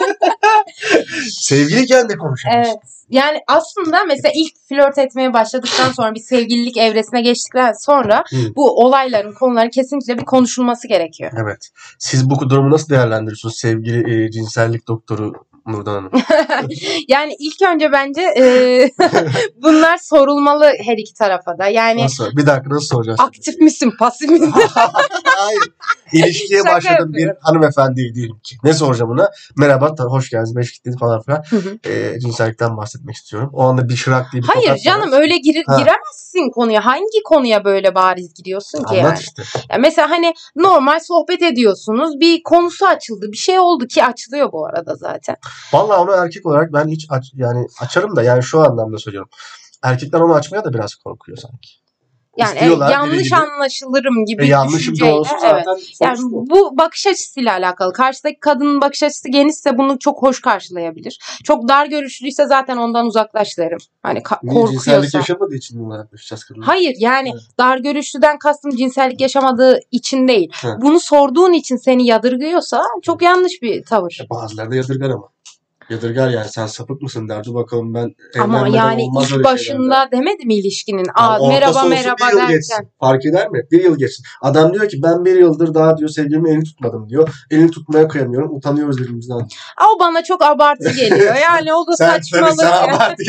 Sevgiliyken de konuşamıyorsun. Evet. Yani aslında mesela ilk flört etmeye başladıktan sonra bir sevgililik evresine geçtikten sonra Hı. bu olayların, konuların kesinlikle bir konuşulması gerekiyor. Evet. Siz bu durumu nasıl değerlendiriyorsunuz sevgili e, cinsellik doktoru Nurdan Hanım? Yani ilk önce bence e, bunlar sorulmalı her iki tarafa da. Yani Nasıl? Bir dakika nasıl soracağız? aktif misin, pasif misin? Hayır. İlişkiye Şaka başladım bir yapıyorum. hanımefendi diyelim ki. Ne soracağım ona? Merhaba, ta- hoş geldiniz, beş gittiniz falan filan. Hı hı. E, cinsellikten bahsetmek istiyorum. O anda bir şırak diye bir Hayır tokat canım var. öyle gir- Ha. giremezsin konuya. Hangi konuya böyle bariz giriyorsun ki Anlat yani? işte. Ya mesela hani normal sohbet ediyorsunuz. Bir konusu açıldı. Bir şey oldu ki açılıyor bu arada zaten. Vallahi onu erkek olarak ben hiç aç, yani açarım da yani şu anlamda söylüyorum. Erkekler onu açmaya da biraz korkuyor sanki. Yani İstiyorlar, e, deli yanlış gibi. anlaşılırım gibi E, yanlışım da düşünceyle. olsun Evet. zaten. Yani sonuç bu. bu bakış açısıyla alakalı. Karşıdaki kadının bakış açısı genişse bunu çok hoş karşılayabilir. Çok dar görüşlüyse zaten ondan uzaklaş derim. Hani ka- Niye cinsellik korkuyorsa. yaşamadığı için mi yaklaşacağız kadına? Hayır yani Evet. dar görüşlüden kastım cinsellik yaşamadığı için değil. Evet. Bunu sorduğun için seni yadırgıyorsa çok yanlış bir tavır. E, bazıları da yadırgar ama. Yadırgar yani sen sapık mısın derdi bakalım ben Ama evlenmeden yani olmaz ilk öyle başında şeyler der. demedi mi ilişkinin? Yani Aa, ortası merhaba olsun, merhaba bir yıl derken. geçsin. Fark eder mi? Bir yıl geçsin. Adam diyor ki ben bir yıldır daha diyor sevgilimin elini tutmadım diyor. Elini tutmaya kıyamıyorum. Utanıyoruz birbirimizden. Aa, o bana çok abartı geliyor. Yani o da Sen tabii saçmalık sen ya. abartı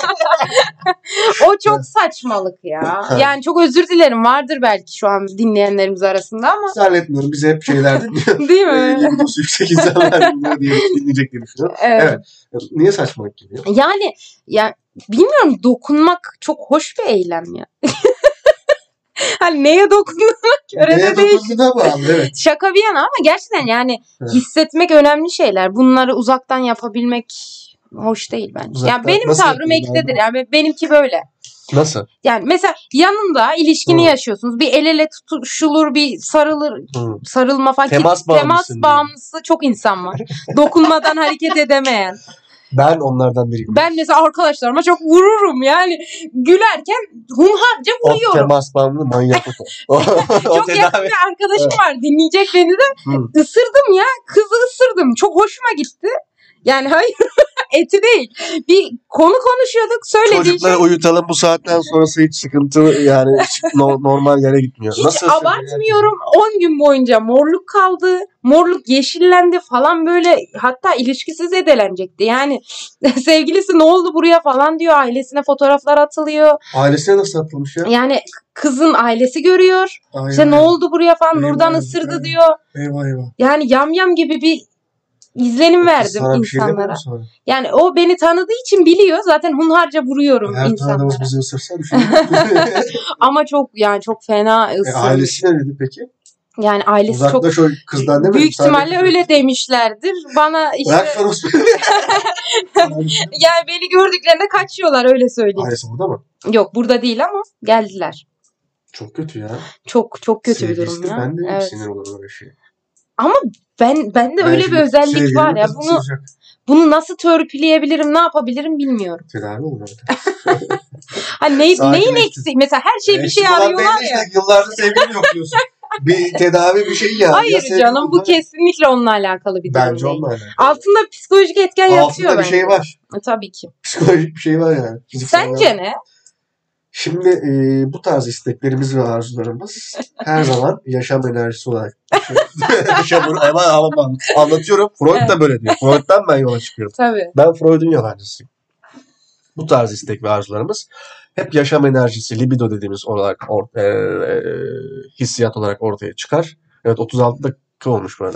O çok saçmalık ya. Yani çok özür dilerim. Vardır belki şu an dinleyenlerimiz arasında ama. Zannetmiyorum. Bize hep şeyler dinliyor. Değil mi? Libidosu yüksek insanlar dinliyor diye dinleyecek diye düşünüyorum. Evet. Evet. Niye saçmalık geliyor? Yani ya bilmiyorum dokunmak çok hoş bir eylem ya. Hani neye dokunmak göre Neye de değil. dokunduğuna bağlı. Evet. Şaka bir yana ama gerçekten yani Evet. hissetmek önemli şeyler. Bunları uzaktan yapabilmek hoş değil bence. Uzaktan Yani benim nasıl tavrım yapıyorsun ektedir. Yani benimki böyle. Nasıl? Yani mesela yanında ilişkini Hı. yaşıyorsunuz. Bir el ele tutuşulur, bir sarılır, Hı. sarılma falan. Temas Ki temas bağımlısın bağımlısı çok insan var. Dokunmadan hareket edemeyen. Ben onlardan biriyim. Ben mesela arkadaşlarıma çok vururum yani. Gülerken hunharca O vuruyorum. temas bağımlı manyaklık o. O, o Çok yakın tedavi. bir arkadaşım var. Dinleyecek beni de. Hı. Isırdım ya. Kızı ısırdım. Çok hoşuma gitti. Yani hayır eti değil. Bir konu konuşuyorduk. Söylediği Çocukları şey uyutalım, bu saatten sonrası hiç sıkıntı yani hiç no- normal yere gitmiyor. hiç Nasıl abartmıyorum. on gün boyunca morluk kaldı. Morluk yeşillendi falan böyle. Hatta ilişkisi zedelenecekti. Yani sevgilisi ne oldu buraya falan diyor. Ailesine fotoğraflar atılıyor. Ailesine nasıl atılmış ya? Yani kızın ailesi görüyor. Aynen. İşte ne oldu buraya falan. Eyvah, Nurdan eyvah, ısırdı eyvah. diyor. Eyvah eyvah. Yani yamyam gibi bir izlenim verdim Sana bir şey demiyor insanlara. mu sonra? Yani o beni tanıdığı için biliyor. Zaten hunharca vuruyorum Her tanıdığımız insanlara. bizi ısırsa düşünün. Ama çok yani çok fena e, ısırmış. ailesi ne dedi peki? Yani ailesi çok Uzaklaş o kızdan değil mi? büyük Sadece ihtimalle kız- öyle demişlerdir. Bana Bırak işte Ferus. yani beni gördüklerinde kaçıyorlar öyle söyleyeyim. Ailesi burada mı? Yok burada değil ama geldiler. Çok kötü ya. Çok çok kötü bir Sevgilisi durum de ya. Ben de Evet. sinir olurum öyle şey. Ama ben bende öyle bir özellik var ya. Bunu bunu nasıl törpüleyebilirim, ne yapabilirim bilmiyorum. Tedavi olmalı. Hani ne, Sakin neyin etsin. eksik? Mesela her şey bir şey Eşlik olan arıyorlar belli ya. Işte, yıllardır sevgili yokluyorsun. Bir tedavi bir şey ya. Hayır Ya sevgili canım bu olmalı. kesinlikle onunla alakalı bir durum Bence değil. onunla alakalı. Altında psikolojik etken yatıyor Altında bir bence. şey var. E, tabii ki. Psikolojik bir şey var yani. Fiziksel Sence olarak. ne? Şimdi e, bu tarz isteklerimiz ve arzularımız her zaman yaşam enerjisi olarak yaşam, hemen anlatıyorum. anlatıyorum. Freud da böyle diyor. Freud'dan ben yola çıkıyorum. Tabii. Ben Freud'un yalancısıyım. Bu tarz istek ve arzularımız hep yaşam enerjisi, libido dediğimiz olarak or, e, e, hissiyat olarak ortaya çıkar. Evet otuz altı dakika olmuş burada.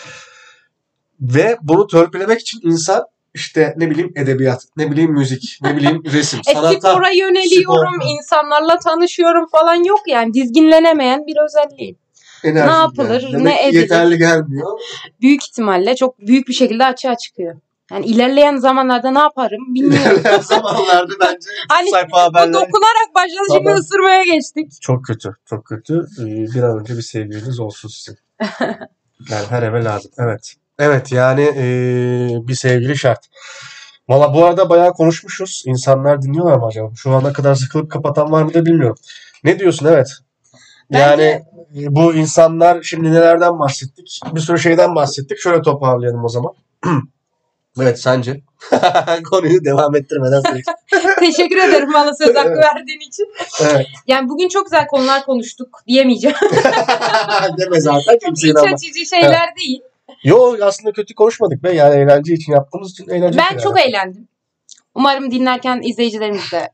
Ve bunu törpülemek için insan işte ne bileyim edebiyat, ne bileyim müzik, ne bileyim resim, E, sanata, spora yöneliyorum, spor. insanlarla tanışıyorum falan yok yani. Dizginlenemeyen bir özelliğim. enerji Ne yapılır, yani. ne Demek ki edilir? yeterli gelmiyor. Büyük ihtimalle çok büyük bir şekilde açığa çıkıyor. Yani ilerleyen zamanlarda ne yaparım bilmiyorum. İlerleyen zamanlarda bence Hani sayfa bu haberleri dokunarak başladı şimdi Haber- ısırmaya geçtik. çok kötü, çok kötü. Ee, Bir an önce bir sevgiliniz olsun sizin. Yani her eve lazım. Evet. Evet yani ee, bir sevgili şart. Valla bu arada bayağı konuşmuşuz. İnsanlar dinliyorlar mı acaba? Şu ana kadar sıkılıp kapatan var mı da bilmiyorum. Ne diyorsun? Evet. Yani Bence- e, bu insanlar şimdi nelerden bahsettik? Bir sürü şeyden bahsettik. Şöyle toparlayalım o zaman. Evet sence? Konuyu devam ettirmeden söyleyeyim. Teşekkür ederim bana söz hakkı Evet. verdiğin için. Evet. Yani bugün çok güzel konular konuştuk diyemeyeceğim. Deme zaten kimseyi İç ama. açıcı şeyler değil. Yo aslında kötü konuşmadık be. Yani eğlence için yaptığımız için eğlenceli Ben şeyler çok yaptık. eğlendim. Umarım dinlerken izleyicilerimiz de.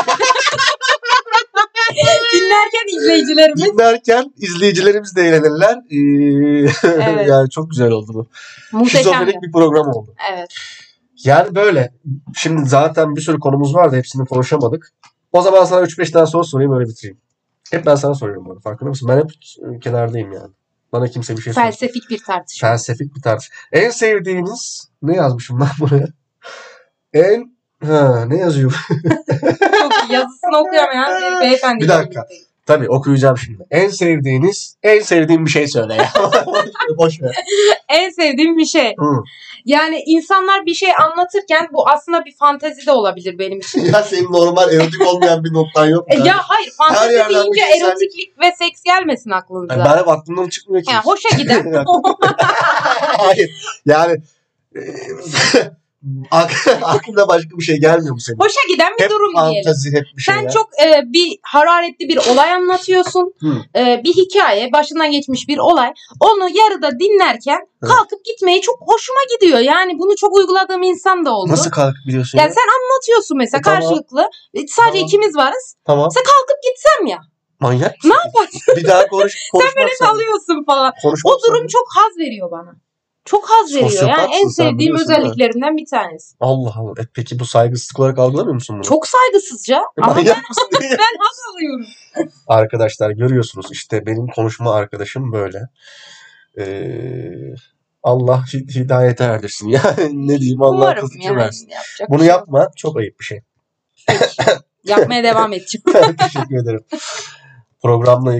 dinlerken izleyicilerimiz. Dinlerken izleyicilerimiz de eğlenirler. Ee, Evet. yani çok güzel oldu bu. Muhteşem. Şizofrenik bir program oldu. Evet. Yani böyle. Şimdi zaten bir sürü konumuz vardı. Hepsini konuşamadık. O zaman sana üç beş tane soru sorayım öyle bitireyim. Hep ben sana soruyorum bunu. Farkında mısın? Ben hep e, kenardayım yani. Bana kimse bir şey sormuyor. Felsefik bir tartışma. Felsefik bir tarz. En sevdiğiniz ne yazmışım ben buraya? En ha ne yazıyor? Çok iyi. Yazısını okuyamayan bir beyefendi. Bir dakika. Tabii okuyacağım şimdi. En sevdiğiniz, en sevdiğim bir şey söyle ya. Boş ver. En sevdiğim bir şey. Hı. Yani insanlar bir şey anlatırken bu aslında bir fantezi de olabilir benim için. Ya senin normal erotik olmayan bir noktan yok mu? E, ya hayır Her fantezi yerden deyince bir şey erotiklik ve seks gelmesin aklınıza. Yani ben hep aklımdan çıkmıyor ki. Yani hoşa giden. Hayır. Yani e, ak- aklına başka bir şey gelmiyor mu senin? hoşa giden bir Hep durum diyelim. fantezi, hep bir şeyler. Sen çok e, bir hararetli bir olay anlatıyorsun. Hı. E, bir hikaye, başından geçmiş bir olay. Onu yarıda dinlerken Hı. kalkıp gitmeyi çok hoşuma gidiyor. Yani bunu çok uyguladığım insan da oldu. Nasıl kalkıp biliyorsun Yani ya? sen anlatıyorsun mesela E, tamam. karşılıklı. E, sadece Tamam. ikimiz varız. Tamam. Sen kalkıp gitsem ya. Manyak. Ne yaparsın? Bir daha konuş, konuşmak Böyle salıyorsun falan. Konuşmak O durum çok haz veriyor bana. Çok haz veriyor. Yani Sosyopatsın en sen, sevdiğim biliyorsun değil mi? özelliklerimden bir tanesi. Allah Allah. E peki bu saygısızlık olarak algılamıyor musun bunu? Çok saygısızca E, ama ben, manyak mısın diye. ben haz alıyorum. Arkadaşlar görüyorsunuz işte benim konuşma arkadaşım böyle. Ee, Allah hi- hidayete erdirsin. Yani ne diyeyim Allah Umarım akıl fikir yani. versin. Yapacak Bunu bir şey yok. yapma. Çok ayıp bir şey. Yapmaya devam edeceğim. Teşekkür ederim. Programla ilgili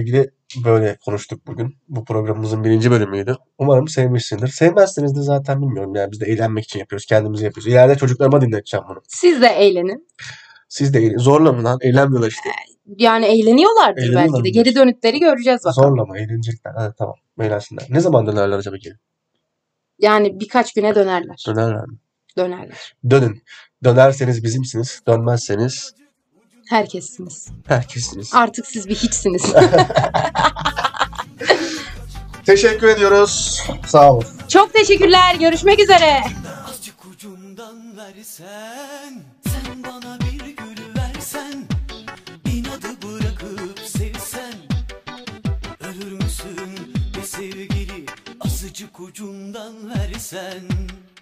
böyle konuştuk bugün. Bu programımızın birinci bölümüydü. Umarım sevmişsindir. Sevmezseniz de zaten bilmiyorum. Yani biz de eğlenmek için yapıyoruz. Kendimizi yapıyoruz. İleride çocuklarıma dinleteceğim bunu. Siz de eğlenin. Siz de eğlen- zorla lan? Eğlenmiyorlar işte. Yani eğleniyorlardır Eğleniyorlar belki de. mı Geri diyorsun? dönütleri göreceğiz bakalım. Zorla mı? Eğlenecekler. Hadi tamam. Eğlensinler. Ne zaman dönerler acaba geri? Yani birkaç güne dönerler. Dönerler mi? Dönerler. Dönün. Dönerseniz bizimsiniz. Dönmezseniz Herkessiniz. herkesiniz. Artık siz bir hiçsiniz. Teşekkür ediyoruz. Sağ olun. Çok teşekkürler. Görüşmek üzere. Azıcık ucundan versen, sen bana bir gül versen, inadı bırakıp sevsen, ölür müsün be sevgili? Azıcık ucundan versen.